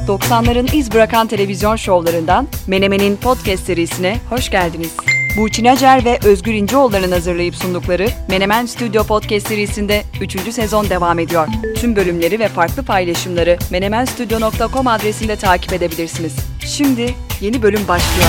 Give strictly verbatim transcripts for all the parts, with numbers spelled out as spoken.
doksanların iz bırakan televizyon şovlarından Menemen'in podcast serisine hoş geldiniz. Burçin Acar ve Özgür İnceoğulları'nın hazırlayıp sundukları Menemen Stüdyo Podcast serisinde üçüncü sezon devam ediyor. Tüm bölümleri ve farklı paylaşımları menemenstüdyo nokta com adresinde takip edebilirsiniz. Şimdi yeni bölüm başlıyor.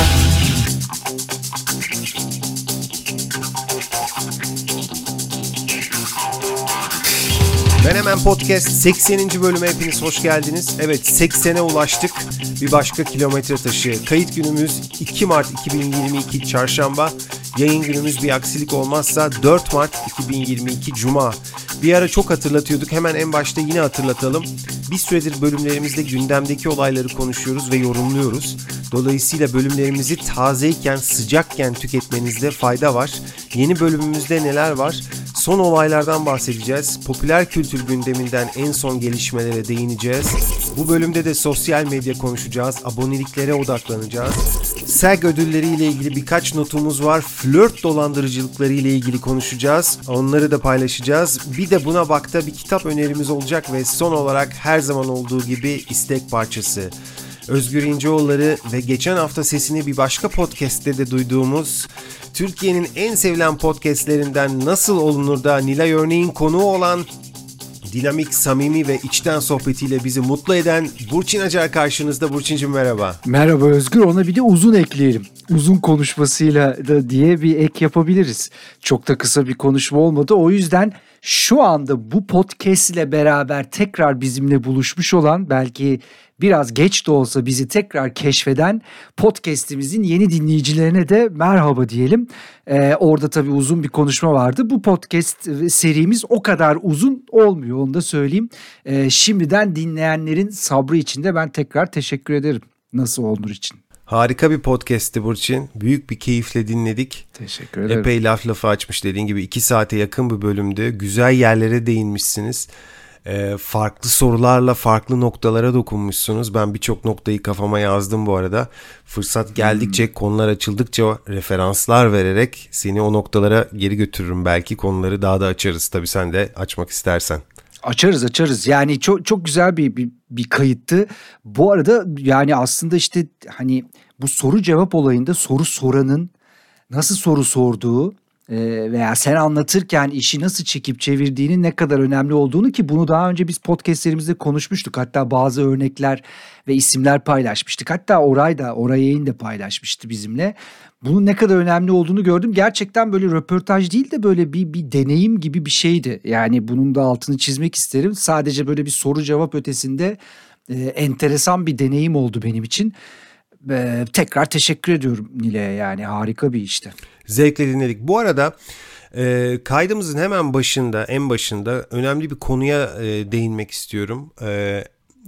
Menemen Podcast sekseninci bölüme hepiniz hoş geldiniz. Evet, seksene ulaştık. Bir başka kilometre taşı. Kayıt günümüz iki Mart iki bin yirmi iki Çarşamba. Yayın günümüz bir aksilik olmazsa dört Mart iki bin yirmi iki Cuma. Bir ara çok hatırlatıyorduk. Hemen en başta yine hatırlatalım. Bir süredir bölümlerimizde gündemdeki olayları konuşuyoruz ve yorumluyoruz. Dolayısıyla bölümlerimizi tazeyken, sıcakken tüketmenizde fayda var. Yeni bölümümüzde neler var? Son olaylardan bahsedeceğiz. Popüler kültür gündeminden en son gelişmelere değineceğiz. Bu bölümde de sosyal medya konuşacağız. Aboneliklere odaklanacağız. S E G ödülleriyle ilgili birkaç notumuz var. Flört dolandırıcılıkları ile ilgili konuşacağız. Onları da paylaşacağız. Bir de buna bakta bir kitap önerimiz olacak ve son olarak her zaman olduğu gibi istek parçası. Özgür İnceoğulları ve geçen hafta sesini bir başka podcast'te de duyduğumuz Türkiye'nin en sevilen podcastlerinden Nasıl Olunur da Nilay Örneğin konuğu olan dinamik, samimi ve içten sohbetiyle bizi mutlu eden Burçin Acar karşınızda. Burçincim merhaba. Merhaba Özgür. Ona bir de uzun ekleyelim. Uzun konuşmasıyla da diye bir ek yapabiliriz. Çok da kısa bir konuşma olmadı. O yüzden şu anda bu podcast ile beraber tekrar bizimle buluşmuş olan, belki biraz geç de olsa bizi tekrar keşfeden podcast'imizin yeni dinleyicilerine de merhaba diyelim. Ee, orada tabii uzun bir konuşma vardı. Bu podcast serimiz o kadar uzun olmuyor, onu da söyleyeyim. Ee, şimdiden dinleyenlerin sabrı için de ben tekrar teşekkür ederim. Nasıl Olunur için. Harika bir podcast'ti Burçin. Büyük bir keyifle dinledik. Teşekkür ederim. Epey laf lafı açmış, dediğin gibi iki saate yakın bir bölümdü. Güzel yerlere değinmişsiniz. Ee, farklı sorularla farklı noktalara dokunmuşsunuz. Ben birçok noktayı kafama yazdım bu arada. Fırsat geldikçe, hmm. konular açıldıkça referanslar vererek seni o noktalara geri götürürüm belki. Konuları daha da açarız. Tabii sen de açmak istersen. Açarız açarız. Yani çok çok güzel bir, bir bir kayıttı. Bu arada yani aslında işte hani bu soru cevap olayında soru soranın nasıl soru sorduğu veya sen anlatırken işi nasıl çekip çevirdiğinin ne kadar önemli olduğunu, ki bunu daha önce biz podcastlerimizde konuşmuştuk. Hatta bazı örnekler ve isimler paylaşmıştık. Hatta Oray da, Oray Yayın da paylaşmıştı bizimle. Bunun ne kadar önemli olduğunu gördüm. Gerçekten böyle röportaj değil de böyle bir, bir deneyim gibi bir şeydi. Yani bunun da altını çizmek isterim. Sadece böyle bir soru cevap ötesinde e, enteresan bir deneyim oldu benim için. Ee, tekrar teşekkür ediyorum Nile'ye, yani harika bir işti. Zevkle dinledik. Bu arada e, kaydımızın hemen başında, en başında önemli bir konuya e, değinmek istiyorum. E,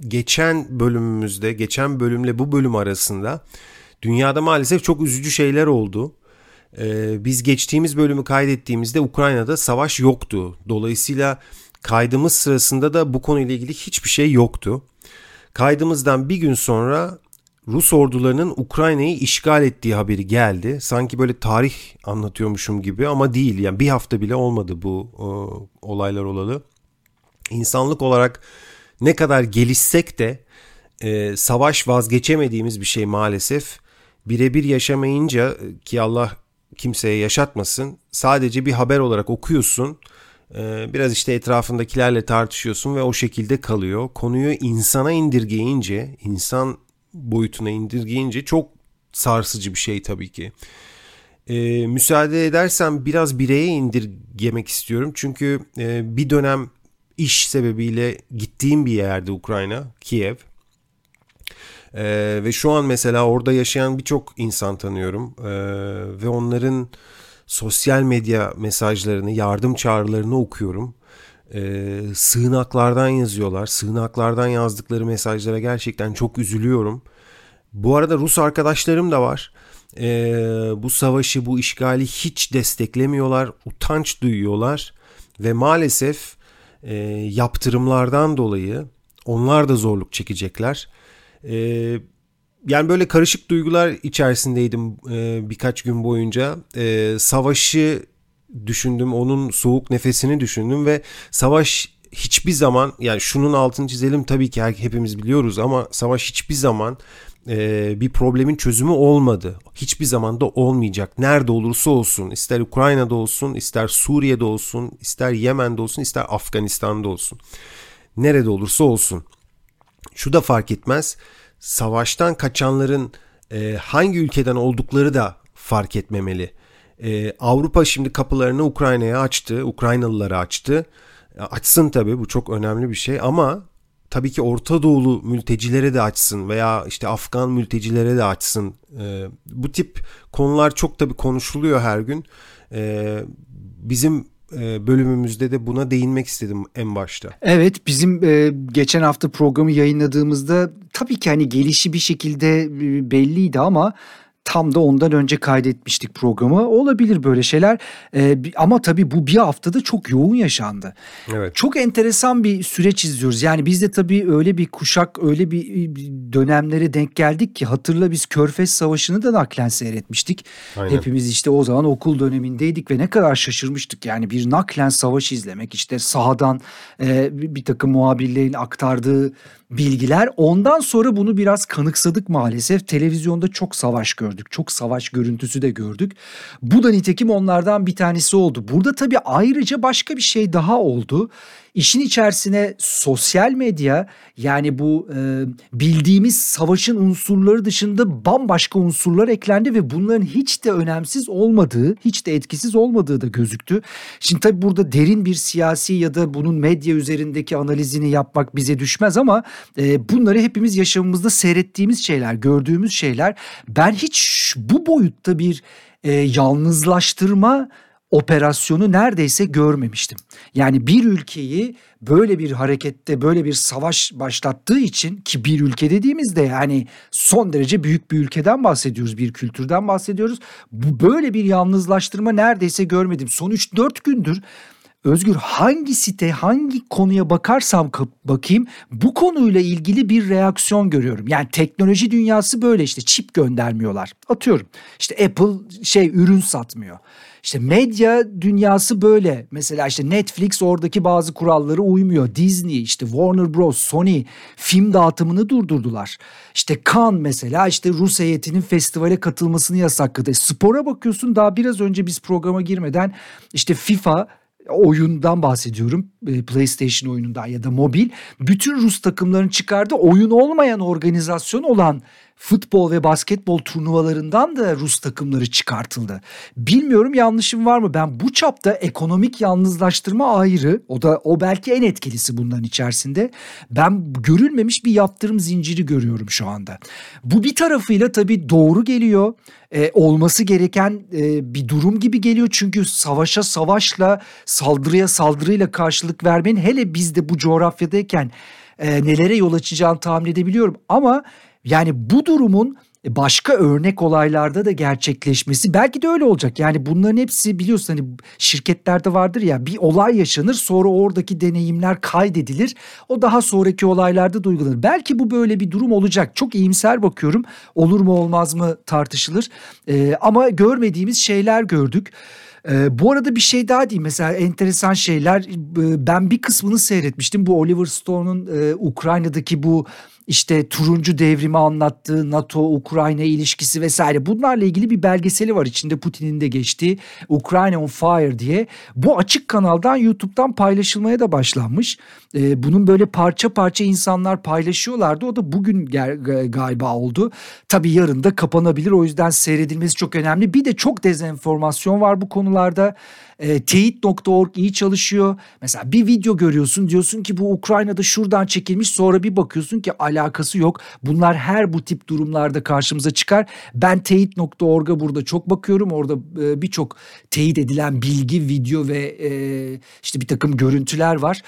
geçen bölümümüzde, geçen bölümle bu bölüm arasında dünyada maalesef çok üzücü şeyler oldu. E, biz geçtiğimiz bölümü kaydettiğimizde Ukrayna'da savaş yoktu. Dolayısıyla kaydımız sırasında da bu konuyla ilgili hiçbir şey yoktu. Kaydımızdan bir gün sonra Rus ordularının Ukrayna'yı işgal ettiği haberi geldi. Sanki böyle tarih anlatıyormuşum gibi ama değil. Yani bir hafta bile olmadı bu e, olaylar olalı. İnsanlık olarak ne kadar gelişsek de e, savaş vazgeçemediğimiz bir şey maalesef. Birebir yaşamayınca, ki Allah kimseye yaşatmasın, sadece bir haber olarak okuyorsun. E, biraz işte etrafındakilerle tartışıyorsun ve o şekilde kalıyor. Konuyu insana indirgeyince, insan boyutuna indirgeyince çok sarsıcı bir şey tabii ki. Ee, müsaade edersen biraz bireye indirgemek istiyorum. Çünkü e, bir dönem iş sebebiyle gittiğim bir yerde Ukrayna, Kiev. Ee, ve şu an mesela orada yaşayan birçok insan tanıyorum. Ee, ve onların sosyal medya mesajlarını, yardım çağrılarını okuyorum. Ee, sığınaklardan yazıyorlar. Sığınaklardan yazdıkları mesajlara gerçekten çok üzülüyorum. Bu arada Rus arkadaşlarım da var. Ee, bu savaşı, bu işgali hiç desteklemiyorlar. Utanç duyuyorlar. Ve maalesef e, yaptırımlardan dolayı onlar da zorluk çekecekler. Ee, yani böyle karışık duygular içerisindeydim e, birkaç gün boyunca. E, savaşı düşündüm, onun soğuk nefesini düşündüm ve savaş hiçbir zaman, yani şunun altını çizelim, tabii ki hepimiz biliyoruz ama savaş hiçbir zaman e, bir problemin çözümü olmadı. Hiçbir zaman da olmayacak. Nerede olursa olsun, ister Ukrayna'da olsun, ister Suriye'de olsun, ister Yemen'de olsun, ister Afganistan'da olsun. Nerede olursa olsun. Şu da fark etmez. Savaştan kaçanların e, hangi ülkeden oldukları da fark etmemeli. E, Avrupa şimdi kapılarını Ukrayna'ya açtı, Ukraynalılara açtı. Açsın tabii, bu çok önemli bir şey ama tabii ki Orta Doğulu mültecilere de açsın veya işte Afgan mültecilere de açsın. E, bu tip konular çok tabii konuşuluyor her gün. E, bizim e, bölümümüzde de buna değinmek istedim en başta. Evet, bizim e, geçen hafta programı yayınladığımızda tabii ki hani gelişi bir şekilde e, belliydi ama tam da ondan önce kaydetmiştik programı. Olabilir böyle şeyler ee, ama tabii bu bir haftada çok yoğun yaşandı. Evet. Çok enteresan bir süreç izliyoruz. Yani biz de tabii öyle bir kuşak, öyle bir dönemlere denk geldik ki hatırla biz Körfez Savaşı'nı da naklen seyretmiştik. Aynen. Hepimiz işte o zaman okul dönemindeydik ve ne kadar şaşırmıştık. Yani bir naklen savaş izlemek, işte sahadan e, bir takım muhabirlerin aktardığı bilgiler. Ondan sonra bunu biraz kanıksadık maalesef. Televizyonda çok savaş gördük. Çok savaş görüntüsü de gördük. Bu da nitekim onlardan bir tanesi oldu. Burada tabii ayrıca başka bir şey daha oldu. İşin içerisine sosyal medya, yani bu e, bildiğimiz savaşın unsurları dışında bambaşka unsurlar eklendi ve bunların hiç de önemsiz olmadığı, hiç de etkisiz olmadığı da gözüktü. Şimdi tabii burada derin bir siyasi ya da bunun medya üzerindeki analizini yapmak bize düşmez ama e, bunları hepimiz yaşamımızda seyrettiğimiz şeyler, gördüğümüz şeyler. Ben hiç bu boyutta bir e, yalnızlaştırma operasyonu neredeyse görmemiştim. Yani bir ülkeyi böyle bir harekette, böyle bir savaş başlattığı için, ki bir ülke dediğimizde yani son derece büyük bir ülkeden bahsediyoruz, bir kültürden bahsediyoruz. Bu böyle bir yalnızlaştırma neredeyse görmedim. Son üç dört gündür Özgür, hangi site, hangi konuya bakarsam bakayım bu konuyla ilgili bir reaksiyon görüyorum. Yani teknoloji dünyası böyle, işte çip göndermiyorlar. Atıyorum işte Apple şey ürün satmıyor. İşte medya dünyası böyle. Mesela işte Netflix oradaki bazı kurallara uymuyor. Disney, işte Warner Bros, Sony film dağıtımını durdurdular. İşte Cannes mesela işte Rus heyetinin festivale katılmasını yasakladı. Spora bakıyorsun, daha biraz önce biz programa girmeden işte FIFA oyundan bahsediyorum, PlayStation oyunundan ya da mobil, bütün Rus takımlarını çıkardı. Oyun olmayan organizasyon olan futbol ve basketbol turnuvalarından da Rus takımları çıkartıldı. Bilmiyorum, yanlışım var mı? Ben bu çapta ekonomik yalnızlaştırma ayrı. O da o belki en etkilisi bunların içerisinde. Ben görülmemiş bir yaptırım zinciri görüyorum şu anda. Bu bir tarafıyla tabii doğru geliyor. Ee, olması gereken e, bir durum gibi geliyor. Çünkü savaşa savaşla, saldırıya saldırıyla karşılık vermenin, hele biz de bu coğrafyadayken e, nelere yol açacağını tahmin edebiliyorum. Ama yani bu durumun başka örnek olaylarda da gerçekleşmesi belki de öyle olacak. Yani bunların hepsi biliyorsun, hani şirketlerde vardır ya, bir olay yaşanır, sonra oradaki deneyimler kaydedilir. O daha sonraki olaylarda da uygulanır. Belki bu böyle bir durum olacak. Çok iyimser bakıyorum. Olur mu olmaz mı tartışılır. Ee, ama görmediğimiz şeyler gördük. Ee, bu arada bir şey daha diyeyim. Mesela enteresan şeyler, ben bir kısmını seyretmiştim. Bu Oliver Stone'un e, Ukrayna'daki bu işte turuncu devrimi anlattığı NATO-Ukrayna ilişkisi vesaire, bunlarla ilgili bir belgeseli var. İçinde Putin'in de geçtiği, Ukraine on Fire diye. Bu açık kanaldan, YouTube'dan paylaşılmaya da başlanmış. Ee, bunun böyle parça parça insanlar paylaşıyorlardı. O da bugün galiba oldu. Tabii yarın da kapanabilir. O yüzden seyredilmesi çok önemli. Bir de çok dezenformasyon var bu konularda. E, teyit nokta org iyi çalışıyor. Mesela bir video görüyorsun, diyorsun ki bu Ukrayna'da şuradan çekilmiş, sonra bir bakıyorsun ki alakası yok. Bunlar her bu tip durumlarda karşımıza çıkar. Ben teyit nokta org'a burada çok bakıyorum. Orada e, birçok teyit edilen bilgi, video ve e, işte bir takım görüntüler var.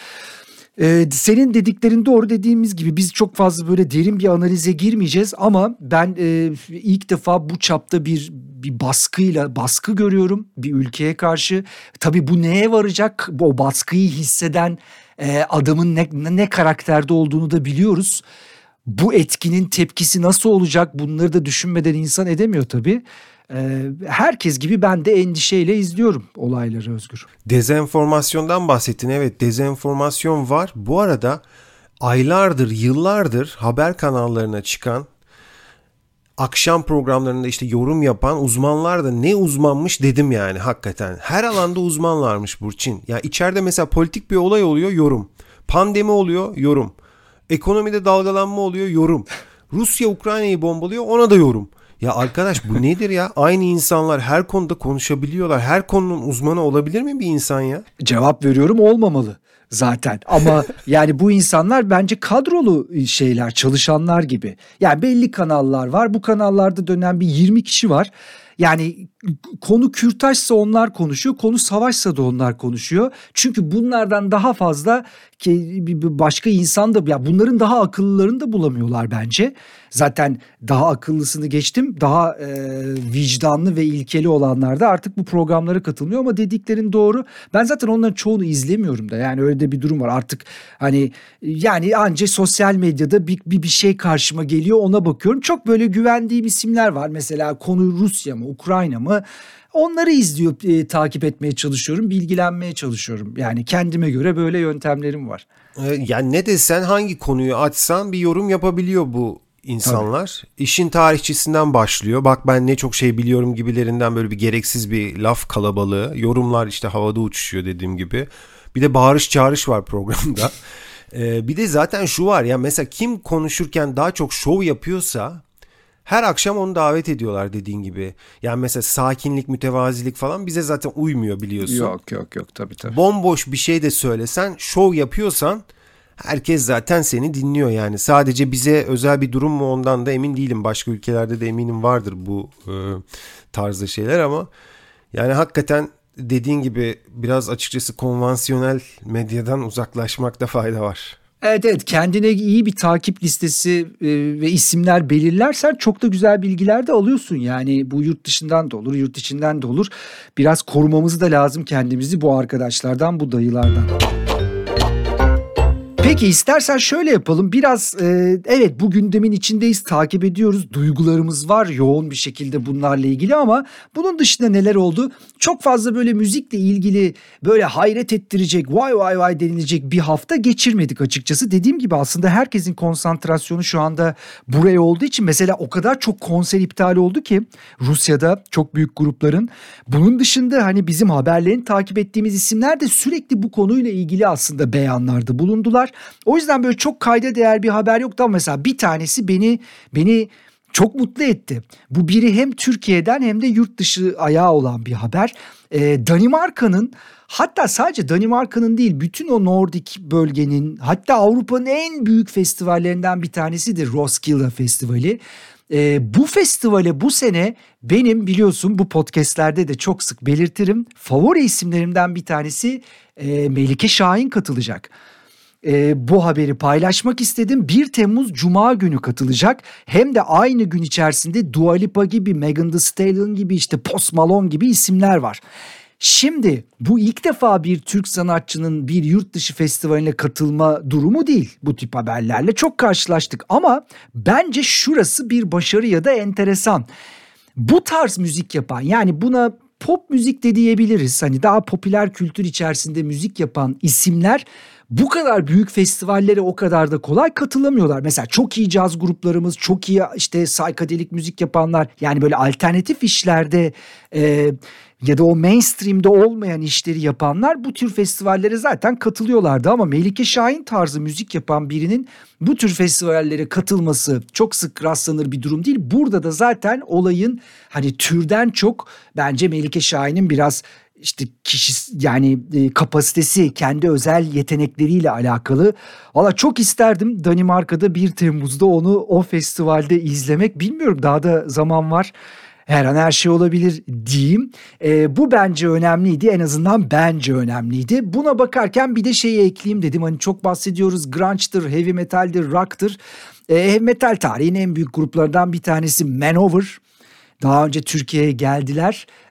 Ee, senin dediklerin doğru, dediğimiz gibi biz çok fazla böyle derin bir analize girmeyeceğiz ama ben e, ilk defa bu çapta bir bir baskıyla baskı görüyorum bir ülkeye karşı. Tabii bu neye varacak? O baskıyı hisseden e, adamın ne, ne karakterde olduğunu da biliyoruz. Bu etkinin tepkisi nasıl olacak? Bunları da düşünmeden insan edemiyor tabii. Ee, herkes gibi ben de endişeyle izliyorum olayları Özgür. Dezenformasyondan bahsettin. Evet, dezenformasyon var. Bu arada aylardır, yıllardır haber kanallarına çıkan, akşam programlarında işte yorum yapan uzmanlar da ne uzmanmış dedim yani hakikaten. Her alanda uzmanlarmış Burçin. Ya içeride mesela politik bir olay oluyor, yorum. Pandemi oluyor, yorum. Ekonomide dalgalanma oluyor, yorum. Rusya Ukrayna'yı bombalıyor, ona da yorum. Ya arkadaş bu nedir ya? Aynı insanlar her konuda konuşabiliyorlar. Her konunun uzmanı olabilir mi bir insan ya? Cevap veriyorum, olmamalı zaten. Ama yani bu insanlar bence kadrolu şeyler, çalışanlar gibi. Yani belli kanallar var. Bu kanallarda dönen bir yirmi kişi var. Yani konu kürtajsa onlar konuşuyor, konu savaşsa da onlar konuşuyor. Çünkü bunlardan daha fazla ki başka insan da, ya bunların daha akıllılarını da bulamıyorlar bence. Zaten daha akıllısını geçtim, daha e, vicdanlı ve ilkeli olanlar da artık bu programlara katılmıyor ama dediklerin doğru. Ben zaten onların çoğunu izlemiyorum da, yani öyle de bir durum var artık. Hani yani anca sosyal medyada bir, bir, bir şey karşıma geliyor, ona bakıyorum. Çok böyle güvendiğim isimler var. Mesela konu Rusya mı, Ukrayna mı? Onları izliyor, e, takip etmeye çalışıyorum, bilgilenmeye çalışıyorum. Yani kendime göre böyle yöntemlerim var. Yani ne desen, hangi konuyu açsan bir yorum yapabiliyor bu insanlar. Tabii. İşin tarihçisinden başlıyor. Bak ben ne çok şey biliyorum gibilerinden böyle bir gereksiz bir laf kalabalığı. Yorumlar işte havada uçuşuyor dediğim gibi. Bir de bağırış çağırış var programda. ee, bir de zaten şu var ya, mesela kim konuşurken daha çok şov yapıyorsa her akşam onu davet ediyorlar dediğin gibi. Yani mesela sakinlik, mütevazilik falan bize zaten uymuyor biliyorsun. Yok yok yok tabii tabii. Bomboş bir şey de söylesen, şov yapıyorsan herkes zaten seni dinliyor yani. Sadece bize özel bir durum mu ondan da emin değilim. Başka ülkelerde de eminim vardır bu e, tarzda şeyler ama yani hakikaten dediğin gibi biraz açıkçası konvansiyonel medyadan uzaklaşmakta fayda var. Evet evet, kendine iyi bir takip listesi e, ve isimler belirlersen çok da güzel bilgiler de alıyorsun. Yani bu yurt dışından da olur, yurt içinden de olur. Biraz korumamız da lazım kendimizi bu arkadaşlardan, bu dayılardan. Peki istersen şöyle yapalım. Biraz e, evet bu gündemin içindeyiz, takip ediyoruz. Duygularımız var yoğun bir şekilde bunlarla ilgili ama bunun dışında neler oldu? Çok fazla böyle müzikle ilgili böyle hayret ettirecek, vay vay vay denilecek bir hafta geçirmedik açıkçası. Dediğim gibi aslında herkesin konsantrasyonu şu anda buraya olduğu için mesela o kadar çok konser iptal oldu ki Rusya'da çok büyük grupların. Bunun dışında hani bizim haberlerini takip ettiğimiz isimler de sürekli bu konuyla ilgili aslında beyanlarda bulundular. O yüzden böyle çok kayda değer bir haber yoktu ama mesela bir tanesi beni beni çok mutlu etti. Bu biri hem Türkiye'den hem de yurt dışı ayağı olan bir haber. Ee, Danimarka'nın, hatta sadece Danimarka'nın değil bütün o Nordik bölgenin, hatta Avrupa'nın en büyük festivallerinden bir tanesidir Roskilde Festivali. Ee, bu festivale bu sene benim, biliyorsun bu podcastlerde de çok sık belirtirim, favori isimlerimden bir tanesi e, Melike Şahin katılacak. E, bu haberi paylaşmak istedim. bir Temmuz Cuma günü katılacak. Hem de aynı gün içerisinde Dua Lipa gibi, Megan Thee Stallion gibi, işte Post Malone gibi isimler var. Şimdi bu ilk defa bir Türk sanatçının bir yurt dışı festivaline katılma durumu değil. Bu tip haberlerle çok karşılaştık ama bence şurası bir başarı ya da enteresan. Bu tarz müzik yapan, yani buna pop müzik de diyebiliriz, hani daha popüler kültür içerisinde müzik yapan isimler bu kadar büyük festivallere o kadar da kolay katılamıyorlar. Mesela çok iyi caz gruplarımız, çok iyi işte saykadelik müzik yapanlar, yani böyle alternatif işlerde e, ya da o mainstream'de olmayan işleri yapanlar bu tür festivallere zaten katılıyorlardı. Ama Melike Şahin tarzı müzik yapan birinin bu tür festivallere katılması çok sık rastlanır bir durum değil. Burada da zaten olayın hani türden çok bence Melike Şahin'in biraz İşte kişi, yani e, kapasitesi, kendi özel yetenekleriyle alakalı. Valla çok isterdim Danimarka'da bir Temmuz'da onu o festivalde izlemek. Bilmiyorum, daha da zaman var. Her an her şey olabilir diyeyim. E, bu bence önemliydi, en azından bence önemliydi. Buna bakarken bir de şeyi ekleyeyim dedim. Hani çok bahsediyoruz, grunge'dır, heavy metal'dir, rock'tır. E, heavy metal tarihin en büyük gruplarından bir tanesi Manowar. Daha önce Türkiye'ye geldiler.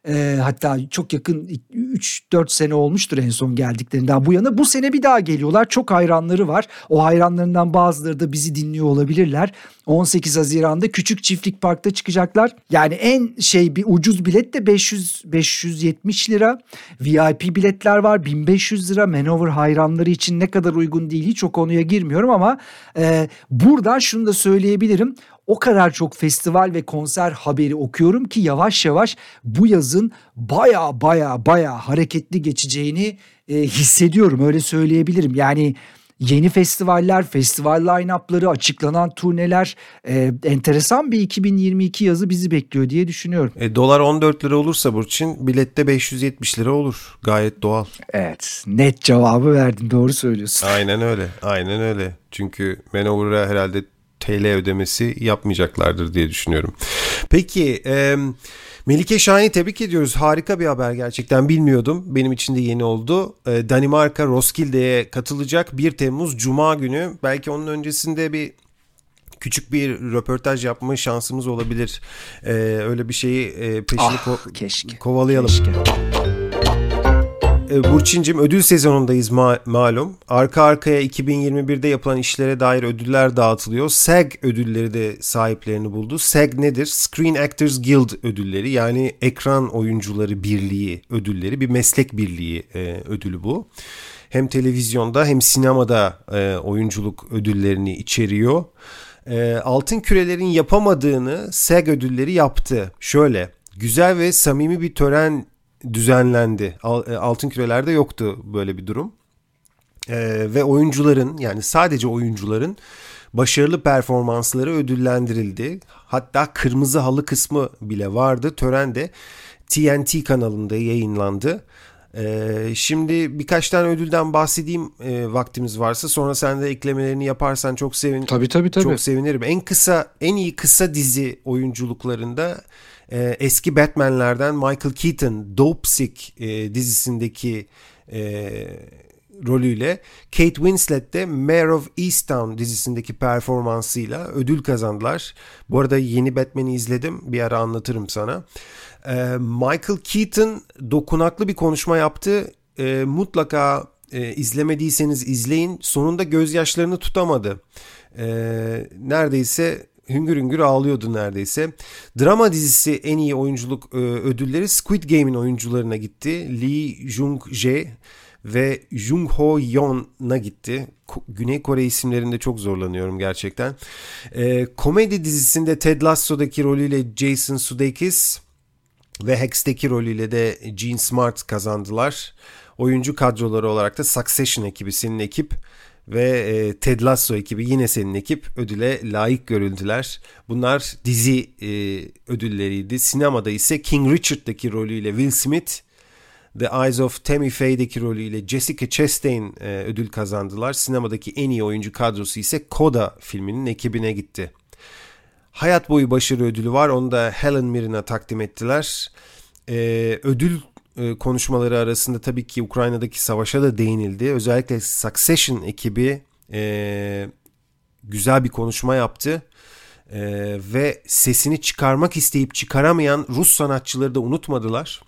E, hatta çok yakın üç dört sene olmuştur en son geldiklerinden bu yana. Bu sene bir daha geliyorlar. Çok hayranları var. O hayranlarından bazıları da bizi dinliyor olabilirler. on sekiz Haziran'da Küçük Çiftlik Park'ta çıkacaklar. Yani en şey bir ucuz bilet de beş yüz beş yüz yetmiş lira. V I P biletler var bin beş yüz lira. Manowar hayranları için ne kadar uygun değil hiç o konuya girmiyorum ama e, buradan şunu da söyleyebilirim. O kadar çok festival ve konser haberi okuyorum ki yavaş yavaş bu yazın baya baya baya hareketli geçeceğini e, hissediyorum, öyle söyleyebilirim. Yani yeni festivaller, festival line-up'ları, açıklanan turneler, e, enteresan bir iki bin yirmi iki yazı bizi bekliyor diye düşünüyorum. E, dolar on dört lira olursa Burçin, bilette beş yüz yetmiş lira olur. Gayet doğal. Evet, net cevabı verdin, doğru söylüyorsun. Aynen öyle, aynen öyle. Çünkü Manowar'a herhalde T L ödemesi yapmayacaklardır diye düşünüyorum. Peki, e, Melike Şahin'i tebrik ediyoruz. Harika bir haber gerçekten, bilmiyordum. Benim için de yeni oldu. E, Danimarka Roskilde'ye katılacak bir Temmuz Cuma günü. Belki onun öncesinde bir küçük bir röportaj yapma şansımız olabilir. E, öyle bir şeyi e, peşini ah, ko- keşke, kovalayalım. Keşke. Burçincim, ödül sezonundayız ma- malum. Arka arkaya iki bin yirmi birde yapılan işlere dair ödüller dağıtılıyor. SAG ödülleri de sahiplerini buldu. SAG nedir? Screen Actors Guild ödülleri, yani Ekran Oyuncuları Birliği ödülleri, bir meslek birliği e, ödülü bu. Hem televizyonda hem sinemada e, oyunculuk ödüllerini içeriyor. E, Altın Kürelerin yapamadığını SAG ödülleri yaptı. Şöyle, güzel ve samimi bir tören düzenlendi. Altın Küreler'de yoktu böyle bir durum. Ee, ve oyuncuların, yani sadece oyuncuların başarılı performansları ödüllendirildi. Hatta kırmızı halı kısmı bile vardı. Tören de T N T kanalında yayınlandı. Ee, şimdi birkaç tane ödülden bahsedeyim e, vaktimiz varsa. Sonra sen de eklemelerini yaparsan çok sevin. Tabii tabii tabii. Çok sevinirim. En kısa, en iyi kısa dizi oyunculuklarında Ee, eski Batman'lerden Michael Keaton Dopesick e, dizisindeki e, rolüyle, Kate Winslet de Mare of Easttown dizisindeki performansıyla ödül kazandılar. Bu arada yeni Batman'i izledim, bir ara anlatırım sana. Ee, Michael Keaton dokunaklı bir konuşma yaptı. Ee, mutlaka e, izlemediyseniz izleyin. Sonunda gözyaşlarını tutamadı. Ee, neredeyse hüngür hüngür ağlıyordu neredeyse. Drama dizisi en iyi oyunculuk e, ödülleri Squid Game'in oyuncularına gitti. Lee Jung-jae ve Jung Ho-yeon'a gitti. Ko- Güney Kore isimlerinde çok zorlanıyorum gerçekten. E, komedi dizisinde Ted Lasso'daki rolüyle Jason Sudeikis ve Hex'teki rolüyle de Jean Smart kazandılar. Oyuncu kadroları olarak da Succession ekibi, senin ekip, ve e, Ted Lasso ekibi, yine senin ekip, ödüle layık görüldüler. Bunlar dizi e, ödülleriydi. Sinemada ise King Richard'daki rolüyle Will Smith, The Eyes of Tammy Faye'deki rolüyle Jessica Chastain e, ödül kazandılar. Sinemadaki en iyi oyuncu kadrosu ise Coda filminin ekibine gitti. Hayat boyu başarı ödülü var. Onu da Helen Mirren'a takdim ettiler. E, ödül konuşmaları arasında tabii ki Ukrayna'daki savaşa da değinildi. Özellikle Succession ekibi e, güzel bir konuşma yaptı. E, ve sesini çıkarmak isteyip çıkaramayan Rus sanatçıları da unutmadılar.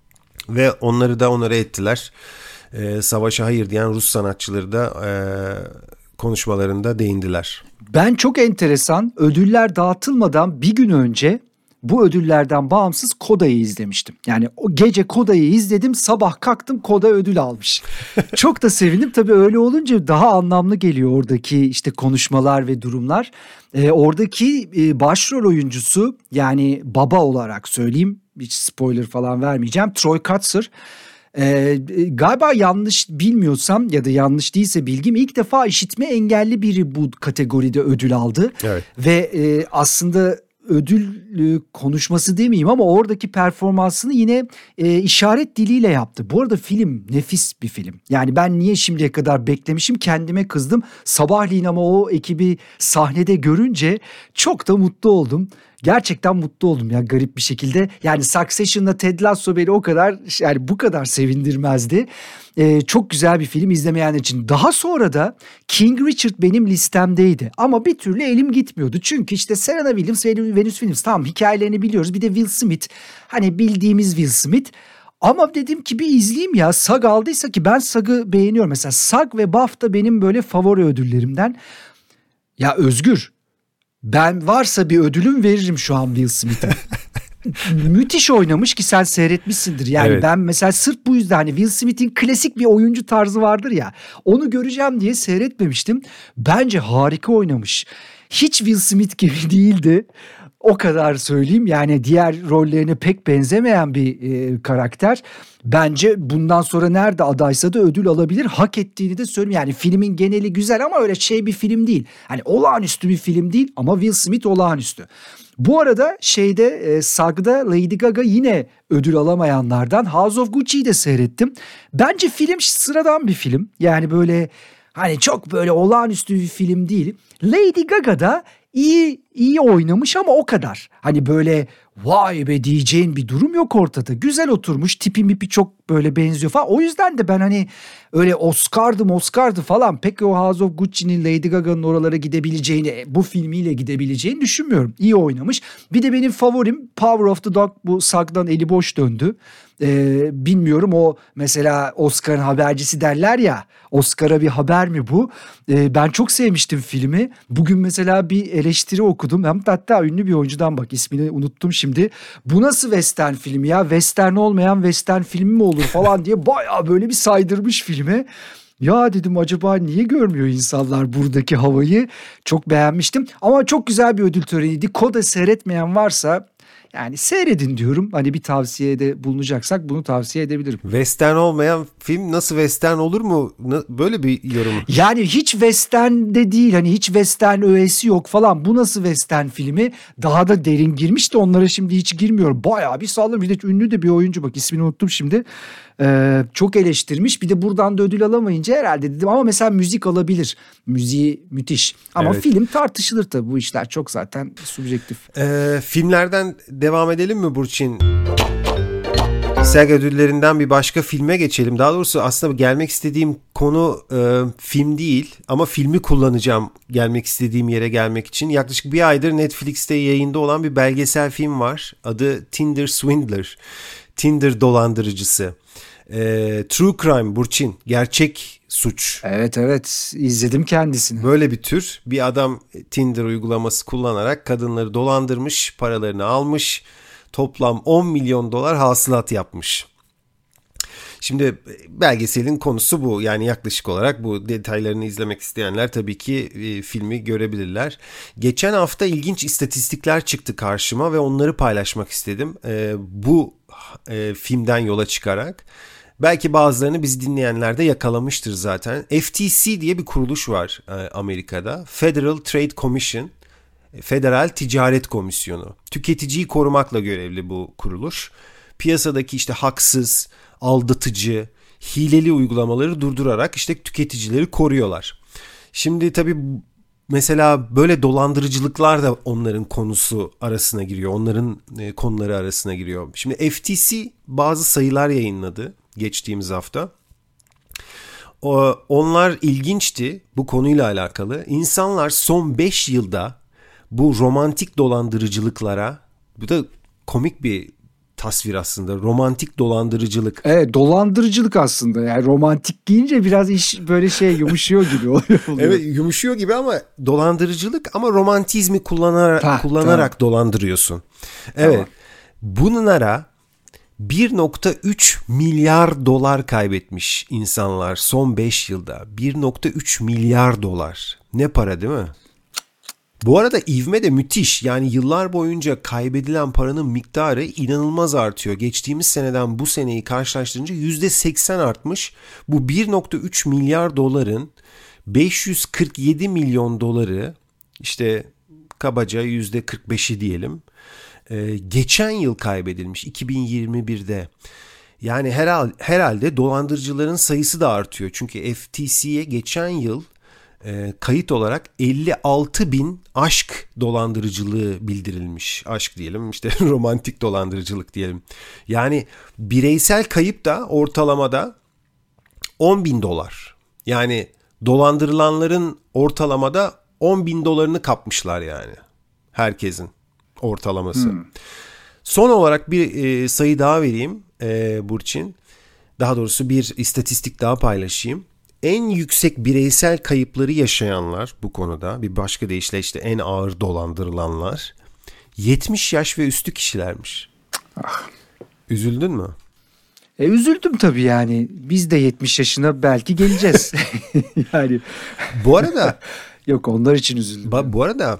Ve onları da onore ettiler. E, savaşa hayır diyen Rus sanatçıları da e, konuşmalarında değindiler. Ben çok enteresan, ödüller dağıtılmadan bir gün önce bu ödüllerden bağımsız Koda'yı izlemiştim. Yani o gece Koda'yı izledim, sabah kalktım Koda ödül almış. Çok da sevindim. Tabii öyle olunca daha anlamlı geliyor oradaki işte konuşmalar ve durumlar. Ee, oradaki e, başrol oyuncusu, yani baba olarak söyleyeyim, hiç spoiler falan vermeyeceğim, Troy Kotsur. Ee, galiba yanlış bilmiyorsam ya da yanlış değilse bilgim, ilk defa işitme engelli biri bu kategoride ödül aldı. Evet. Ve e, aslında ödül e, konuşması demeyeyim ama oradaki performansını yine e, işaret diliyle yaptı. Bu arada film nefis bir film. Yani ben niye şimdiye kadar beklemişim, kendime kızdım. Sabahleyin ama o ekibi sahnede görünce çok da mutlu oldum. gerçekten mutlu oldum ya garip bir şekilde. Yani Succession'la Ted Lasso beni o kadar yani bu kadar sevindirmezdi. Ee, çok güzel bir film izlemeyenler için. Daha sonra da King Richard benim listemdeydi. Ama bir türlü elim gitmiyordu. Çünkü işte Serena Williams ve Venus Williams tamam hikayelerini biliyoruz. Bir de Will Smith. Hani bildiğimiz Will Smith. Ama dedim ki bir izleyeyim ya. SAG aldıysa ki ben SAG'ı beğeniyorum. Mesela SAG ve BAFTA benim böyle favori ödüllerimden. Ya Özgür, ben varsa bir ödülüm veririm şu an Will Smith'e. Müthiş oynamış ki sen seyretmişsindir. Yani evet. Ben mesela sırf bu yüzden hani Will Smith'in klasik bir oyuncu tarzı vardır ya. Onu göreceğim diye seyretmemiştim. Bence harika oynamış. Hiç Will Smith gibi değildi. O kadar söyleyeyim. Yani diğer rollerine pek benzemeyen bir e, karakter. Bence bundan sonra nerede adaysa da ödül alabilir. Hak ettiğini de söyleyeyim. Yani filmin geneli güzel ama öyle şey bir film değil. Hani olağanüstü bir film değil ama Will Smith olağanüstü. Bu arada şeyde e, SAG'da Lady Gaga yine ödül alamayanlardan. House of Gucci'yi de seyrettim. Bence film sıradan bir film. Yani böyle hani çok böyle olağanüstü bir film değil. Lady Gaga da iyi iyi oynamış ama o kadar. Hani böyle vay be diyeceğin bir durum yok ortada. Güzel oturmuş, tipi mipi çok böyle benziyor falan. O yüzden de ben hani öyle Oscar'dı Oscar'dı falan pek o House of Gucci'nin Lady Gaga'nın oralara gidebileceğini, bu filmiyle gidebileceğini düşünmüyorum. İyi oynamış. Bir de benim favorim Power of the Dog, bu SAG'dan eli boş döndü. Ee, bilmiyorum o mesela Oscar'ın habercisi derler ya, Oscar'a bir haber mi bu? Ee, ben çok sevmiştim filmi. Bugün mesela bir eleştiri okudum. Hem hatta ünlü bir oyuncudan, bak ismini unuttum şimdi. Bu nasıl western film ya? Western olmayan western filmi mi olur falan diye bayağı böyle bir saydırmış filmi. Ya dedim acaba niye görmüyor insanlar buradaki havayı? Çok beğenmiştim ama çok güzel bir ödül töreniydi. Coda seyretmeyen varsa yani seyredin diyorum. Hani bir tavsiyede bulunacaksak bunu tavsiye edebilirim. Western olmayan film nasıl western olur mu? Böyle bir yorum. Yani hiç western de değil. Hani hiç western öğesi yok falan. Bu nasıl western filmi? Daha da derin girmiş de onlara şimdi hiç girmiyorum. Bayağı bir sallamış. Bir de ünlü de bir oyuncu, bak ismini unuttum şimdi. Ee, çok eleştirmiş. Bir de buradan da ödül alamayınca herhalde dedim ama mesela müzik alabilir. Müziği müthiş. Ama evet. Film tartışılır tabii, bu işler çok zaten subjektif. Ee, filmlerden devam edelim mi Burçin? SAG ödüllerinden bir başka filme geçelim. Daha doğrusu aslında gelmek istediğim konu e, film değil ama filmi kullanacağım gelmek istediğim yere gelmek için. Yaklaşık bir aydır Netflix'te yayında olan bir belgesel film var. Adı Tinder Swindler. Tinder dolandırıcısı. E, True Crime Burçin. Gerçek suç. Evet evet izledim kendisini. Böyle bir tür. Bir adam Tinder uygulaması kullanarak kadınları dolandırmış, paralarını almış. Toplam on milyon dolar hasılat yapmış. Şimdi belgeselin konusu bu. Yani yaklaşık olarak bu, detaylarını izlemek isteyenler tabii ki e, filmi görebilirler. Geçen hafta ilginç istatistikler çıktı karşıma ve onları paylaşmak istedim. E, bu e, filmden yola çıkarak. Belki bazılarını bizi dinleyenler de yakalamıştır zaten. F T C diye bir kuruluş var e, Amerika'da. Federal Trade Commission. Federal Ticaret Komisyonu. Tüketiciyi korumakla görevli bu kuruluş. Piyasadaki işte haksız, aldatıcı, hileli uygulamaları durdurarak işte tüketicileri koruyorlar. Şimdi tabii mesela böyle dolandırıcılıklar da onların konusu arasına giriyor. Onların konuları arasına giriyor. Şimdi F T C bazı sayılar yayınladı geçtiğimiz hafta. Onlar ilginçti bu konuyla alakalı. İnsanlar son beş yılda bu romantik dolandırıcılıklara, bu da komik bir tasvir aslında, romantik dolandırıcılık. Evet, dolandırıcılık aslında, yani romantik deyince biraz iş böyle şey yumuşuyor gibi oluyor. Evet, yumuşuyor gibi ama dolandırıcılık, ama romantizmi kullanarak, ha, kullanarak tamam. dolandırıyorsun. Evet, tamam. Bunlara bir virgül üç milyar dolar kaybetmiş insanlar son beş yılda. bir virgül üç milyar dolar. Ne para değil mi? Bu arada ivme de müthiş. Yani yıllar boyunca kaybedilen paranın miktarı inanılmaz artıyor. Geçtiğimiz seneden bu seneyi karşılaştırınca yüzde seksen artmış. Bu bir virgül üç milyar doların beş yüz kırk yedi milyon doları, işte kabaca yüzde kırk beşi diyelim, Ee, geçen yıl kaybedilmiş iki bin yirmi birde. Yani herhalde, herhalde dolandırıcıların sayısı da artıyor. Çünkü F T C'ye geçen yıl e, kayıt olarak elli altı bin aşk dolandırıcılığı bildirilmiş. Aşk diyelim, işte romantik dolandırıcılık diyelim. Yani bireysel kayıp da ortalamada on bin dolar. Yani dolandırılanların ortalamada on bin dolarını kapmışlar yani. Herkesin ortalaması. Hmm. Son olarak bir e, sayı daha vereyim e, Burçin. Daha doğrusu bir istatistik daha paylaşayım. En yüksek bireysel kayıpları yaşayanlar bu konuda, bir başka deyişle işte en ağır dolandırılanlar yetmiş yaş ve üstü kişilermiş. Ah. Üzüldün mü? E üzüldüm tabii yani. Biz de yetmiş yaşına belki geleceğiz. yani. Bu arada yok, onlar için üzüldüm. Ba- bu arada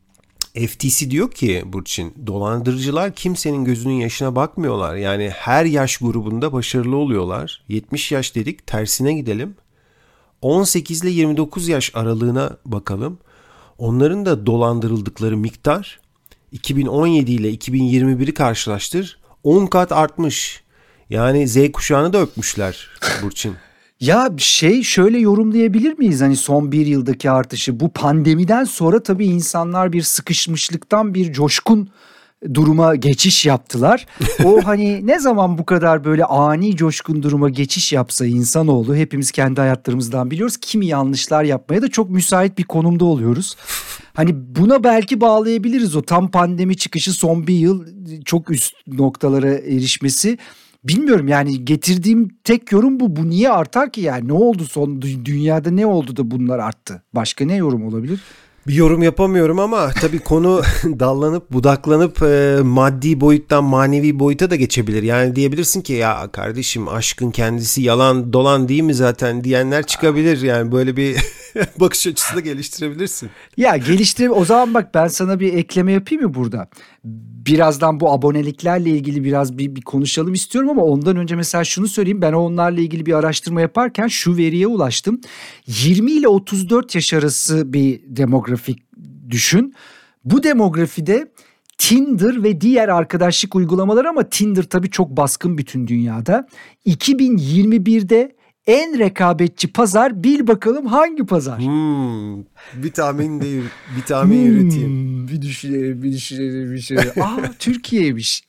F T C diyor ki Burçin, dolandırıcılar kimsenin gözünün yaşına bakmıyorlar. Yani her yaş grubunda başarılı oluyorlar. yetmiş yaş dedik, tersine gidelim. on sekiz ile yirmi dokuz yaş aralığına bakalım. Onların da dolandırıldıkları miktar iki bin on yedi ile iki bin yirmi biri karşılaştır, on kat artmış. Yani Z kuşağını da öpmüşler Burçin. Ya şey, şöyle yorumlayabilir miyiz hani son bir yıldaki artışı? Bu pandemiden sonra tabii insanlar bir sıkışmışlıktan bir coşkun duruma geçiş yaptılar. O hani ne zaman bu kadar böyle ani coşkun duruma geçiş yapsa insanoğlu, hepimiz kendi hayatlarımızdan biliyoruz, kimi yanlışlar yapmaya da çok müsait bir konumda oluyoruz. Hani buna belki bağlayabiliriz, o tam pandemi çıkışı son bir yıl çok üst noktalara erişmesi. Bilmiyorum yani, getirdiğim tek yorum bu. Bu niye artar ki yani? Ne oldu son dünyada, ne oldu da bunlar arttı? Başka ne yorum olabilir? Bir yorum yapamıyorum ama tabii konu dallanıp budaklanıp e, maddi boyuttan manevi boyuta da geçebilir. Yani diyebilirsin ki ya kardeşim, aşkın kendisi yalan dolan değil mi zaten diyenler çıkabilir. Yani böyle bir bakış açısı da geliştirebilirsin. Ya geliştir. O zaman bak, ben sana bir ekleme yapayım mı burada? Birazdan bu aboneliklerle ilgili biraz bir, bir konuşalım istiyorum ama ondan önce mesela şunu söyleyeyim. Ben onlarla ilgili bir araştırma yaparken şu veriye ulaştım. yirmi ile otuz dört yaş arası bir demografik düşün. Bu demografide Tinder ve diğer arkadaşlık uygulamaları, ama Tinder tabii çok baskın bütün dünyada. iki bin yirmi birde en rekabetçi pazar, bil bakalım hangi pazar? Hmm, bir tahmin de bir tahmin hmm, yürüteyim. Bir düşünelim, bir düşünelim, bir şey. Aa, Türkiye'ymiş.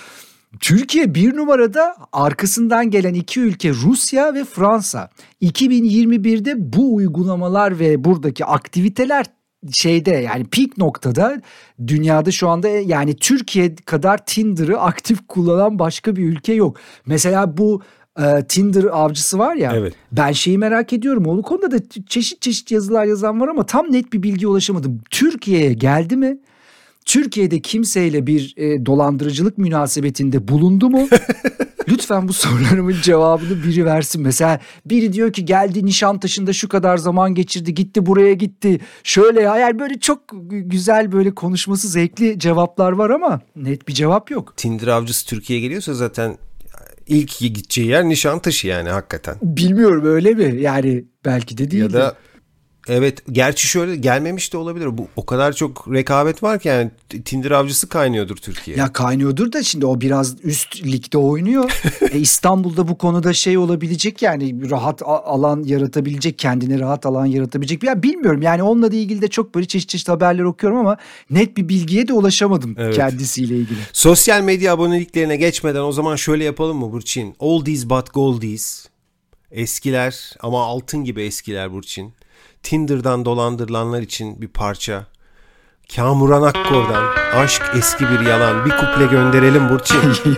Türkiye bir numarada, arkasından gelen iki ülke Rusya ve Fransa. iki bin yirmi birde bu uygulamalar ve buradaki aktiviteler şeyde, yani peak noktada, dünyada şu anda. Yani Türkiye kadar Tinder'ı aktif kullanan başka bir ülke yok. Mesela bu Tinder avcısı var ya, evet. Ben şeyi merak ediyorum. O konuda da çeşit çeşit yazılar yazan var ama tam net bir bilgiye ulaşamadım. Türkiye'ye geldi mi? Türkiye'de kimseyle bir e, dolandırıcılık münasebetinde bulundu mu? Lütfen bu sorularımın cevabını biri versin. Mesela biri diyor ki geldi Nişantaşı'nda şu kadar zaman geçirdi, gitti buraya gitti. Şöyle ya, yani böyle çok güzel, böyle konuşması zevkli cevaplar var ama net bir cevap yok. Tinder avcısı Türkiye'ye geliyorsa zaten İlk gideceği yer Nişantaşı yani hakikaten. Bilmiyorum, öyle mi? Yani belki de değil. Ya da evet, gerçi şöyle gelmemiş de olabilir. Bu o kadar çok rekabet var ki yani Tinder avcısı kaynıyordur Türkiye. Ya kaynıyordur da şimdi o biraz üst ligde oynuyor. e İstanbul'da bu konuda şey olabilecek, yani rahat alan yaratabilecek, kendine rahat alan yaratabilecek. Ya bilmiyorum yani, onunla da ilgili de çok böyle çeşit çeşit haberler okuyorum ama net bir bilgiye de ulaşamadım evet. kendisiyle ilgili. Sosyal medya aboneliklerine geçmeden o zaman şöyle yapalım mı Burçin? Oldies but goldies. Eskiler ama altın gibi eskiler Burçin. Tinder'dan dolandırılanlar için bir parça. Kamuran Akkor'dan Aşk Eski Bir Yalan. Bir kuple gönderelim Burçin.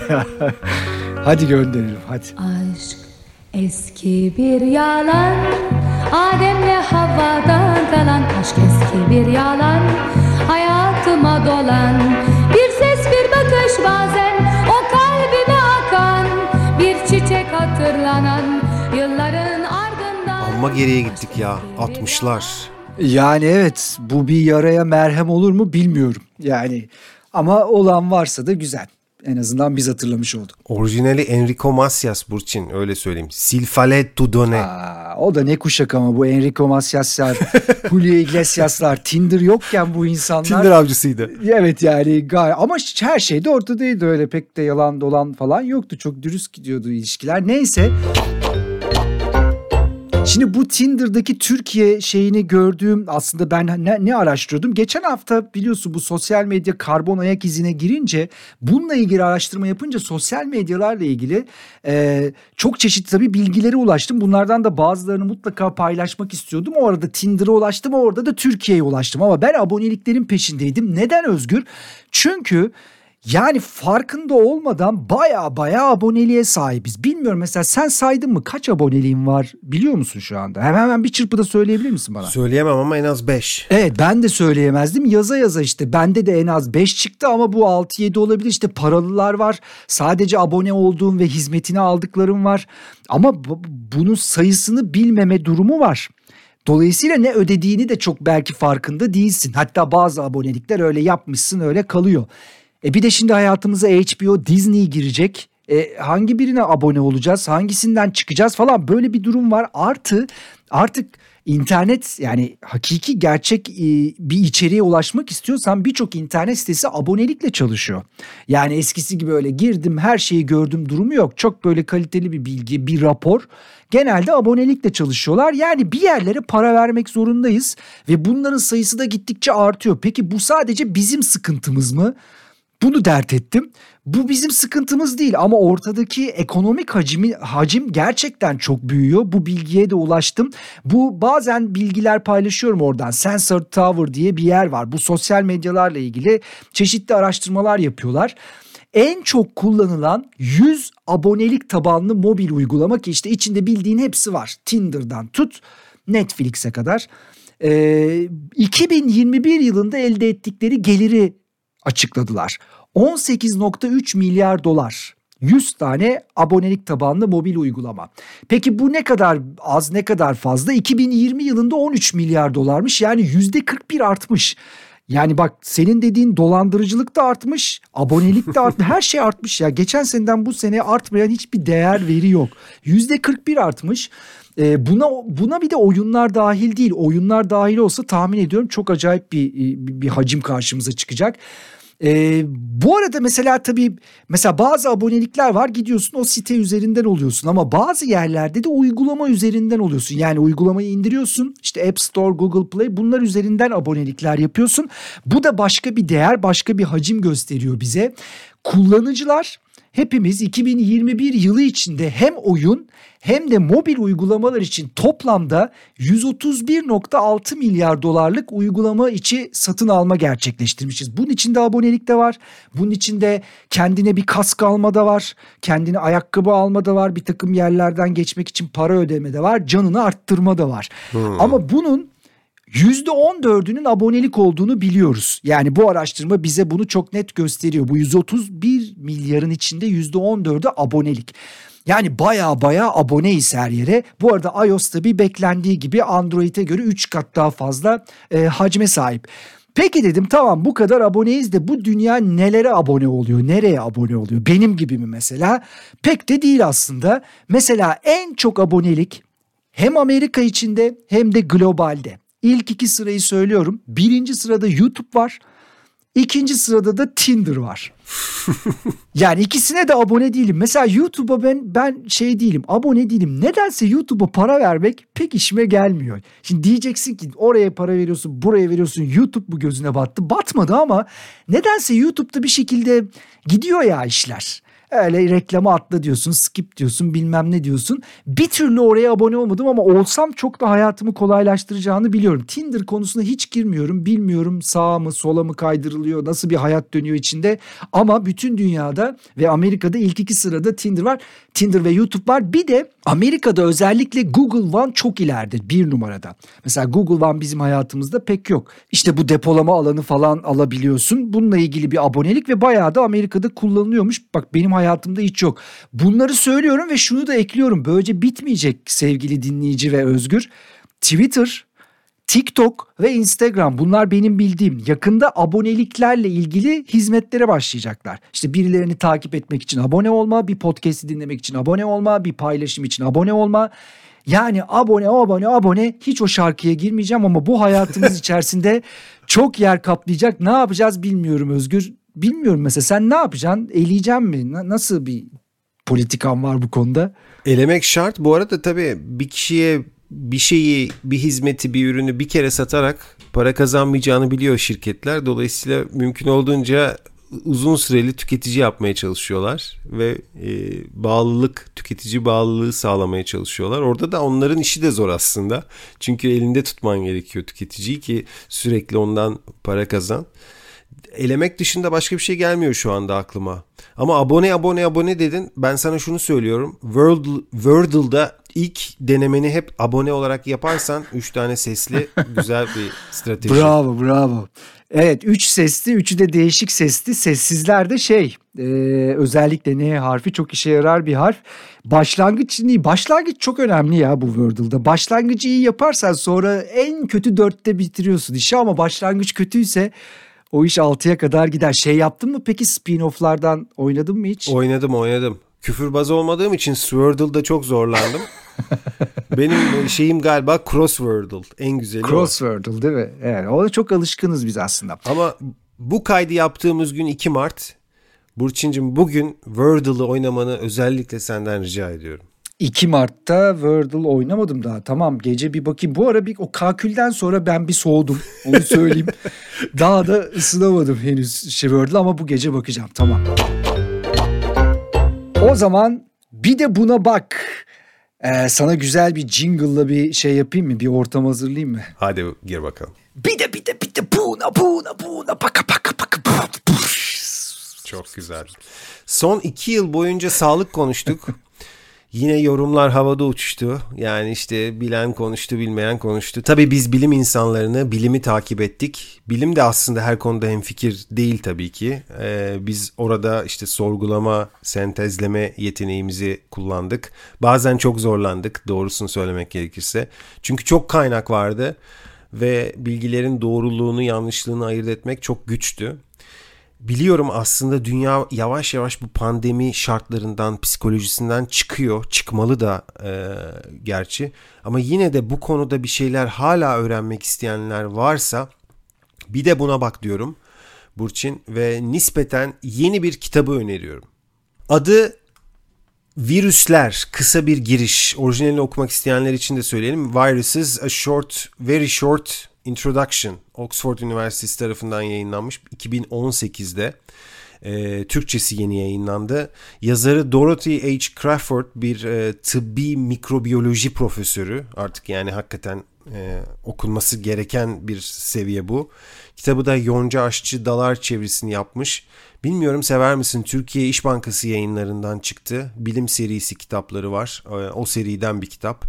Hadi gönderelim hadi. Aşk eski bir yalan, Adem'le Havva'dan kalan. Aşk eski bir yalan, hayatıma dolan. Bir ses, bir bakış, bazen o kalbime akan. Bir çiçek hatırlanan, yılların ardından. Amma geriye gittik ya, altmışlar. Yani evet, bu bir yaraya merhem olur mu bilmiyorum yani, ama olan varsa da güzel. En azından biz hatırlamış olduk. Orijinali Enrico Macias Burçin, öyle söyleyeyim. S'il fallait tout donner. Aa, o da ne kuşak ama bu Enrico Macias'lar, Julio Iglesias'lar, Tinder yokken bu insanlar. Tinder avcısıydı. Evet yani gayet, ama her şey de ortadaydı, öyle pek de yalan dolan falan yoktu. Çok dürüst gidiyordu ilişkiler. Neyse. Şimdi bu Tinder'daki Türkiye şeyini gördüğüm aslında ben ne, ne araştırıyordum? Geçen hafta biliyorsun bu sosyal medya karbon ayak izine girince bununla ilgili araştırma yapınca sosyal medyalarla ilgili e, çok çeşitli tabii bilgilere ulaştım. Bunlardan da bazılarını mutlaka paylaşmak istiyordum. O arada Tinder'a ulaştım, orada da Türkiye'ye ulaştım ama ben aboneliklerin peşindeydim. Neden Özgür? Çünkü yani farkında olmadan baya baya aboneliğe sahibiz. Bilmiyorum, mesela sen saydın mı, kaç aboneliğin var biliyor musun şu anda? Hemen hemen bir çırpıda söyleyebilir misin bana? Söyleyemem ama en az beş. Evet, ben de söyleyemezdim. Yaza yaza işte bende de en az beş çıktı ama bu altı yedi olabilir. İşte paralılar var. Sadece abone olduğum ve hizmetini aldıklarım var. Ama bu, bunun sayısını bilmeme durumu var. Dolayısıyla ne ödediğini de çok belki farkında değilsin. Hatta bazı abonelikler öyle yapmışsın, öyle kalıyor. E bir de şimdi hayatımıza H B O, Disney girecek. E hangi birine abone olacağız? Hangisinden çıkacağız falan, böyle bir durum var. Artı artık internet, yani hakiki gerçek e, bir içeriğe ulaşmak istiyorsan birçok internet sitesi abonelikle çalışıyor. Yani eskisi gibi öyle girdim her şeyi gördüm durumu yok. Çok böyle kaliteli bir bilgi, bir rapor. Genelde abonelikle çalışıyorlar. Yani bir yerlere para vermek zorundayız ve bunların sayısı da gittikçe artıyor. Peki bu sadece bizim sıkıntımız mı? Bunu dert ettim. Bu bizim sıkıntımız değil ama ortadaki ekonomik hacmi, hacim gerçekten çok büyüyor. Bu bilgiye de ulaştım. Bu bazen bilgiler paylaşıyorum oradan. Sensor Tower diye bir yer var. Bu sosyal medyalarla ilgili çeşitli araştırmalar yapıyorlar. En çok kullanılan yüz abonelik tabanlı mobil uygulama, ki işte içinde bildiğin hepsi var. Tinder'dan tut Netflix'e kadar. Ee, iki bin yirmi bir yılında elde ettikleri geliri açıkladılar. on sekiz virgül üç milyar dolar. yüz tane abonelik tabanlı mobil uygulama. Peki bu ne kadar az, ne kadar fazla? iki bin yirmi yılında on üç milyar dolarmış. Yani yüzde kırk bir artmış. Yani bak, senin dediğin dolandırıcılık da artmış, abonelik de artmış, her şey artmış ya. Geçen seneden bu sene artmayan hiçbir değer veri yok. yüzde kırk bir artmış. Ee, buna buna bir de oyunlar dahil değil. Oyunlar dahil olsa tahmin ediyorum çok acayip bir bir, bir hacim karşımıza çıkacak. Ee, bu arada mesela tabii mesela bazı abonelikler var, gidiyorsun o site üzerinden oluyorsun ama bazı yerlerde de uygulama üzerinden oluyorsun. Yani uygulamayı indiriyorsun, işte App Store, Google Play, bunlar üzerinden abonelikler yapıyorsun. Bu da başka bir değer, başka bir hacim gösteriyor bize. Kullanıcılar, hepimiz iki bin yirmi bir yılı içinde hem oyun hem de mobil uygulamalar için toplamda yüz otuz bir virgül altı milyar dolarlık uygulama içi satın alma gerçekleştirmişiz. Bunun içinde abonelik de var. Bunun içinde kendine bir kask alma da var. Kendine ayakkabı alma da var. Bir takım yerlerden geçmek için para ödeme de var. Canını arttırma da var. Hmm. Ama bunun yüzde on dördünün abonelik olduğunu biliyoruz. Yani bu araştırma bize bunu çok net gösteriyor. Bu yüz otuz bir milyarın içinde yüzde on dördü abonelik. Yani baya baya aboneyiz her yere. Bu arada iOS tabii beklendiği gibi Android'e göre üç kat daha fazla e, hacme sahip. Peki dedim, tamam bu kadar aboneyiz de bu dünya nelere abone oluyor? Nereye abone oluyor? Benim gibi mi mesela? Pek de değil aslında. Mesela en çok abonelik hem Amerika içinde hem de globalde. İlk iki sırayı söylüyorum. Birinci sırada YouTube var. İkinci sırada da Tinder var. Yani ikisine de abone değilim. Mesela YouTube'a ben ben şey değilim, abone değilim. Nedense YouTube'a para vermek pek işime gelmiyor. Şimdi diyeceksin ki oraya para veriyorsun, buraya veriyorsun, YouTube bu gözüne battı. Batmadı ama nedense YouTube'da bir şekilde gidiyor ya işler. Öyle reklama atla diyorsun, skip diyorsun, bilmem ne diyorsun. Bir türlü oraya abone olmadım ama olsam çok da hayatımı kolaylaştıracağını biliyorum. Tinder konusuna hiç girmiyorum. Bilmiyorum sağa mı sola mı kaydırılıyor, nasıl bir hayat dönüyor içinde. Ama bütün dünyada ve Amerika'da ilk iki sırada Tinder var. Tinder ve YouTube var. Bir de Amerika'da özellikle Google One çok ileride, bir numarada. Mesela Google One bizim hayatımızda pek yok. İşte bu depolama alanı falan alabiliyorsun. Bununla ilgili bir abonelik ve bayağı da Amerika'da kullanılıyormuş. Bak benim hayatımda hiç yok. Bunları söylüyorum ve şunu da ekliyorum. Böylece bitmeyecek sevgili dinleyici ve Özgür. Twitter, TikTok ve Instagram, bunlar benim bildiğim. Yakında aboneliklerle ilgili hizmetlere başlayacaklar. İşte birilerini takip etmek için abone olma, bir podcast'i dinlemek için abone olma, bir paylaşım için abone olma. Yani abone, abone, abone. Hiç o şarkıya girmeyeceğim ama bu hayatımız içerisinde çok yer kaplayacak. Ne yapacağız bilmiyorum Özgür. Bilmiyorum, mesela sen ne yapacaksın? Eleyeceksin mi? Nasıl bir politikan var bu konuda? Elemek şart. Bu arada tabii bir kişiye bir şeyi, bir hizmeti, bir ürünü bir kere satarak para kazanmayacağını biliyor şirketler. Dolayısıyla mümkün olduğunca uzun süreli tüketici yapmaya çalışıyorlar ve e, bağlılık, tüketici bağlılığı sağlamaya çalışıyorlar. Orada da onların işi de zor aslında. Çünkü elinde tutman gerekiyor tüketiciyi ki sürekli ondan para kazan. Elemek dışında başka bir şey gelmiyor şu anda aklıma. Ama abone abone abone dedin. Ben sana şunu söylüyorum. Wordle, Wordle'da ilk denemeni hep abone olarak yaparsan üç tane sesli güzel bir strateji. Bravo bravo. Evet, üç sesli, üçü de değişik sesli. Sessizler de şey, e, özellikle N harfi çok işe yarar bir harf. Başlangıç iyi. Başlangıç çok önemli ya bu Wordle'da. Başlangıcı iyi yaparsan sonra en kötü dörtte bitiriyorsun işi, ama başlangıç kötüyse o iş altıya kadar gider. Şey yaptın mı peki, spin-off'lardan oynadın mı hiç? Oynadım oynadım. Küfürbaz olmadığım için Swordle'da çok zorlandım. Benim şeyim galiba Crosswordle. En güzeli Crosswordle değil mi? Evet, ona çok alışkınız biz aslında. Ama bu kaydı yaptığımız gün iki Mart. Burçincim, bugün Wordle'ı oynamanı özellikle senden rica ediyorum. iki Mart'ta Wordle oynamadım daha. Tamam, gece bir bakayım. Bu ara bir o kakülden sonra ben bir soğudum. Onu söyleyeyim. Daha da ısınamadım henüz şey Wordle, ama bu gece bakacağım. Tamam. O zaman bir de buna bak. Ee, sana güzel bir jingle'la bir şey yapayım mı? Bir ortam hazırlayayım mı? Hadi gir bakalım. Bir de bir de bir de buna buna buna baka baka baka. Çok güzel. Son iki yıl boyunca sağlık konuştuk. Yine yorumlar havada uçuştu. Yani işte bilen konuştu, bilmeyen konuştu. Tabii biz bilim insanlarını, bilimi takip ettik. Bilim de aslında her konuda hemfikir değil tabii ki. Ee, biz orada işte sorgulama, sentezleme yeteneğimizi kullandık. Bazen çok zorlandık, doğrusunu söylemek gerekirse. Çünkü çok kaynak vardı ve bilgilerin doğruluğunu, yanlışlığını ayırt etmek çok güçtü. Biliyorum aslında dünya yavaş yavaş bu pandemi şartlarından, psikolojisinden çıkıyor. Çıkmalı da e, gerçi. Ama yine de bu konuda bir şeyler hala öğrenmek isteyenler varsa bir de buna bak diyorum Burçin. Ve nispeten yeni bir kitabı öneriyorum. Adı Virüsler, kısa bir giriş. Orijinalini okumak isteyenler için de söyleyelim. Viruses, a short, very short Introduction, Oxford Üniversitesi tarafından yayınlanmış iki bin on sekizde. E, Türkçesi yeni yayınlandı. Yazarı Dorothy H. Crawford bir e, tıbbi mikrobiyoloji profesörü. Artık yani hakikaten e, okunması gereken bir seviye bu. Kitabı da Yonca Aşçı Dalar çevirisini yapmış. Bilmiyorum, sever misin? Türkiye İş Bankası yayınlarından çıktı. Bilim serisi kitapları var. E, o seriden bir kitap.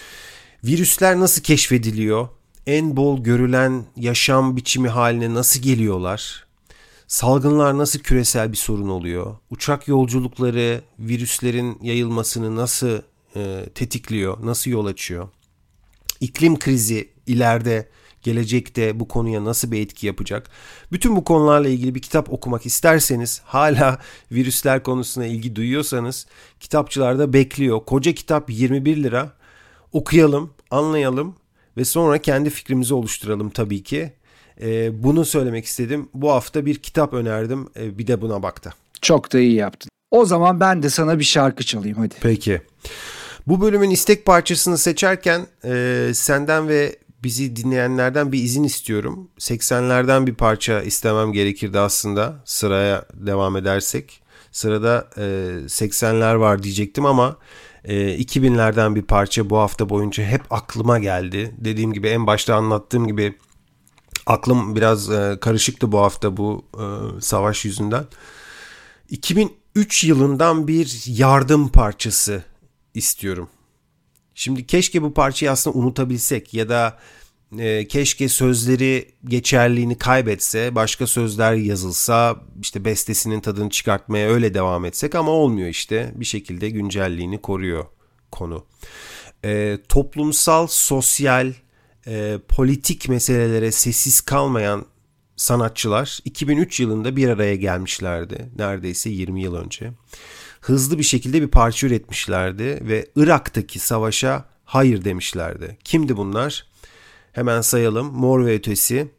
Virüsler nasıl keşfediliyor? En bol görülen yaşam biçimi haline nasıl geliyorlar? Salgınlar nasıl küresel bir sorun oluyor? Uçak yolculukları virüslerin yayılmasını nasıl e, tetikliyor? Nasıl yol açıyor? İklim krizi ileride, gelecekte bu konuya nasıl bir etki yapacak? Bütün bu konularla ilgili bir kitap okumak isterseniz, hala virüsler konusuna ilgi duyuyorsanız kitapçılarda bekliyor. Koca kitap yirmi bir lira. Okuyalım, anlayalım. Ve sonra kendi fikrimizi oluşturalım tabii ki. Ee, bunu söylemek istedim. Bu hafta bir kitap önerdim. Ee, bir de buna baktı. Çok da iyi yaptın. O zaman ben de sana bir şarkı çalayım hadi. Peki. Bu bölümün istek parçasını seçerken e, senden ve bizi dinleyenlerden bir izin istiyorum. seksenlerden bir parça istemem gerekirdi aslında. Sıraya devam edersek. Sırada e, seksenler var diyecektim ama iki binlerden bir parça bu hafta boyunca hep aklıma geldi. Dediğim gibi, en başta anlattığım gibi aklım biraz karışıktı bu hafta bu savaş yüzünden. iki bin üç yılından bir yardım parçası istiyorum. Şimdi keşke bu parçayı aslında unutabilsek ya da e, keşke sözleri geçerliğini kaybetse, başka sözler yazılsa, işte bestesinin tadını çıkartmaya öyle devam etsek, ama olmuyor işte. Bir şekilde güncelliğini koruyor konu. E, toplumsal, sosyal, e, politik meselelere sessiz kalmayan sanatçılar iki bin üç yılında bir araya gelmişlerdi. Neredeyse yirmi yıl önce. Hızlı bir şekilde bir parça üretmişlerdi ve Irak'taki savaşa hayır demişlerdi. Kimdi bunlar? Hemen sayalım. Mor ve Ötesi,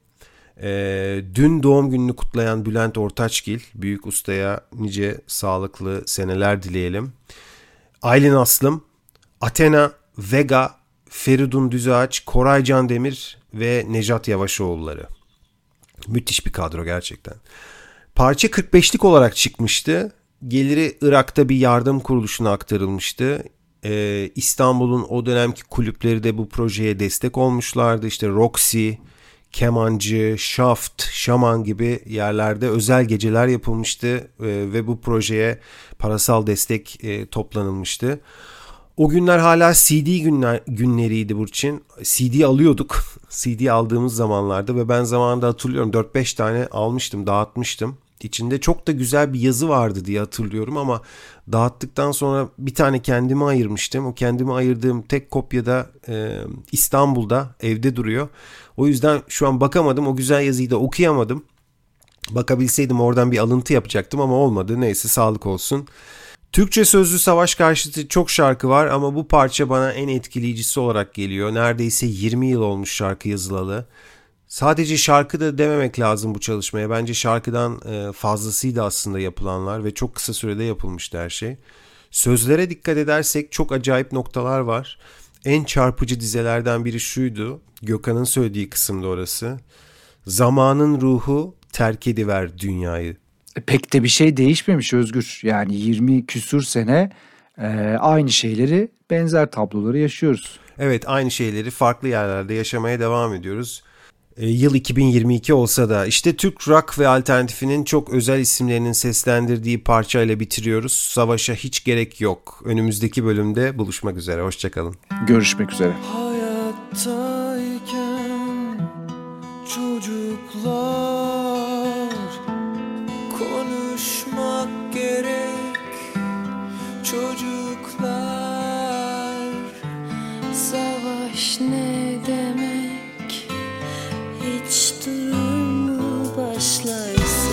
e, dün doğum gününü kutlayan Bülent Ortaçgil, büyük ustaya nice sağlıklı seneler dileyelim. Aylin Aslım, Athena, Vega Feridun Düzağaç, Koray Candemir ve Nejat Yavaşoğulları. Müthiş bir kadro gerçekten. Parça kırk beşlik olarak çıkmıştı. Geliri Irak'ta bir yardım kuruluşuna aktarılmıştı. Ee, İstanbul'un o dönemki kulüpleri de bu projeye destek olmuşlardı. İşte Roxy, Kemancı, Shaft, Şaman gibi yerlerde özel geceler yapılmıştı ee, ve bu projeye parasal destek e, toplanılmıştı. O günler hala C D günler, günleriydi Burçin. C D alıyorduk. C D aldığımız zamanlarda ve ben zamanında hatırlıyorum dört beş tane almıştım, dağıtmıştım. İçinde çok da güzel bir yazı vardı diye hatırlıyorum ama dağıttıktan sonra bir tane kendime ayırmıştım. O kendime ayırdığım tek kopyada e, İstanbul'da evde duruyor. O yüzden şu an bakamadım. O güzel yazıyı da okuyamadım. Bakabilseydim oradan bir alıntı yapacaktım ama olmadı. Neyse, sağlık olsun. Türkçe sözlü savaş karşıtı çok şarkı var ama bu parça bana en etkileyicisi olarak geliyor. Neredeyse yirmi yıl olmuş şarkı yazılalı. Sadece şarkı da dememek lazım bu çalışmaya. Bence şarkıdan fazlasıydı aslında yapılanlar ve çok kısa sürede yapılmıştı her şey. Sözlere dikkat edersek çok acayip noktalar var. En çarpıcı dizelerden biri şuydu. Gökhan'ın söylediği kısımda orası. Zamanın ruhu terk ediver dünyayı. E, pek de bir şey değişmemiş Özgür. Yani yirmi küsür sene e, aynı şeyleri, benzer tabloları yaşıyoruz. Evet, aynı şeyleri farklı yerlerde yaşamaya devam ediyoruz. E, yıl iki bin yirmi iki olsa da işte Türk rock ve alternatifinin çok özel isimlerinin seslendirdiği parçayla bitiriyoruz. Savaşa hiç gerek yok. Önümüzdeki bölümde buluşmak üzere. Hoşçakalın. Görüşmek üzere. Hayattayken çocuklar konuşmak gerek. Çocuklar, savaş ne demek? Hiç durur mu başlarsa?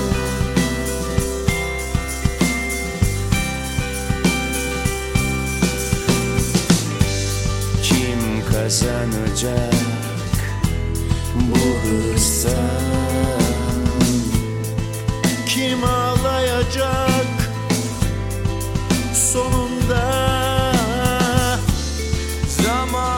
kim kazanacak bu hırstan? Kim ağlayacak sonunda? Zaman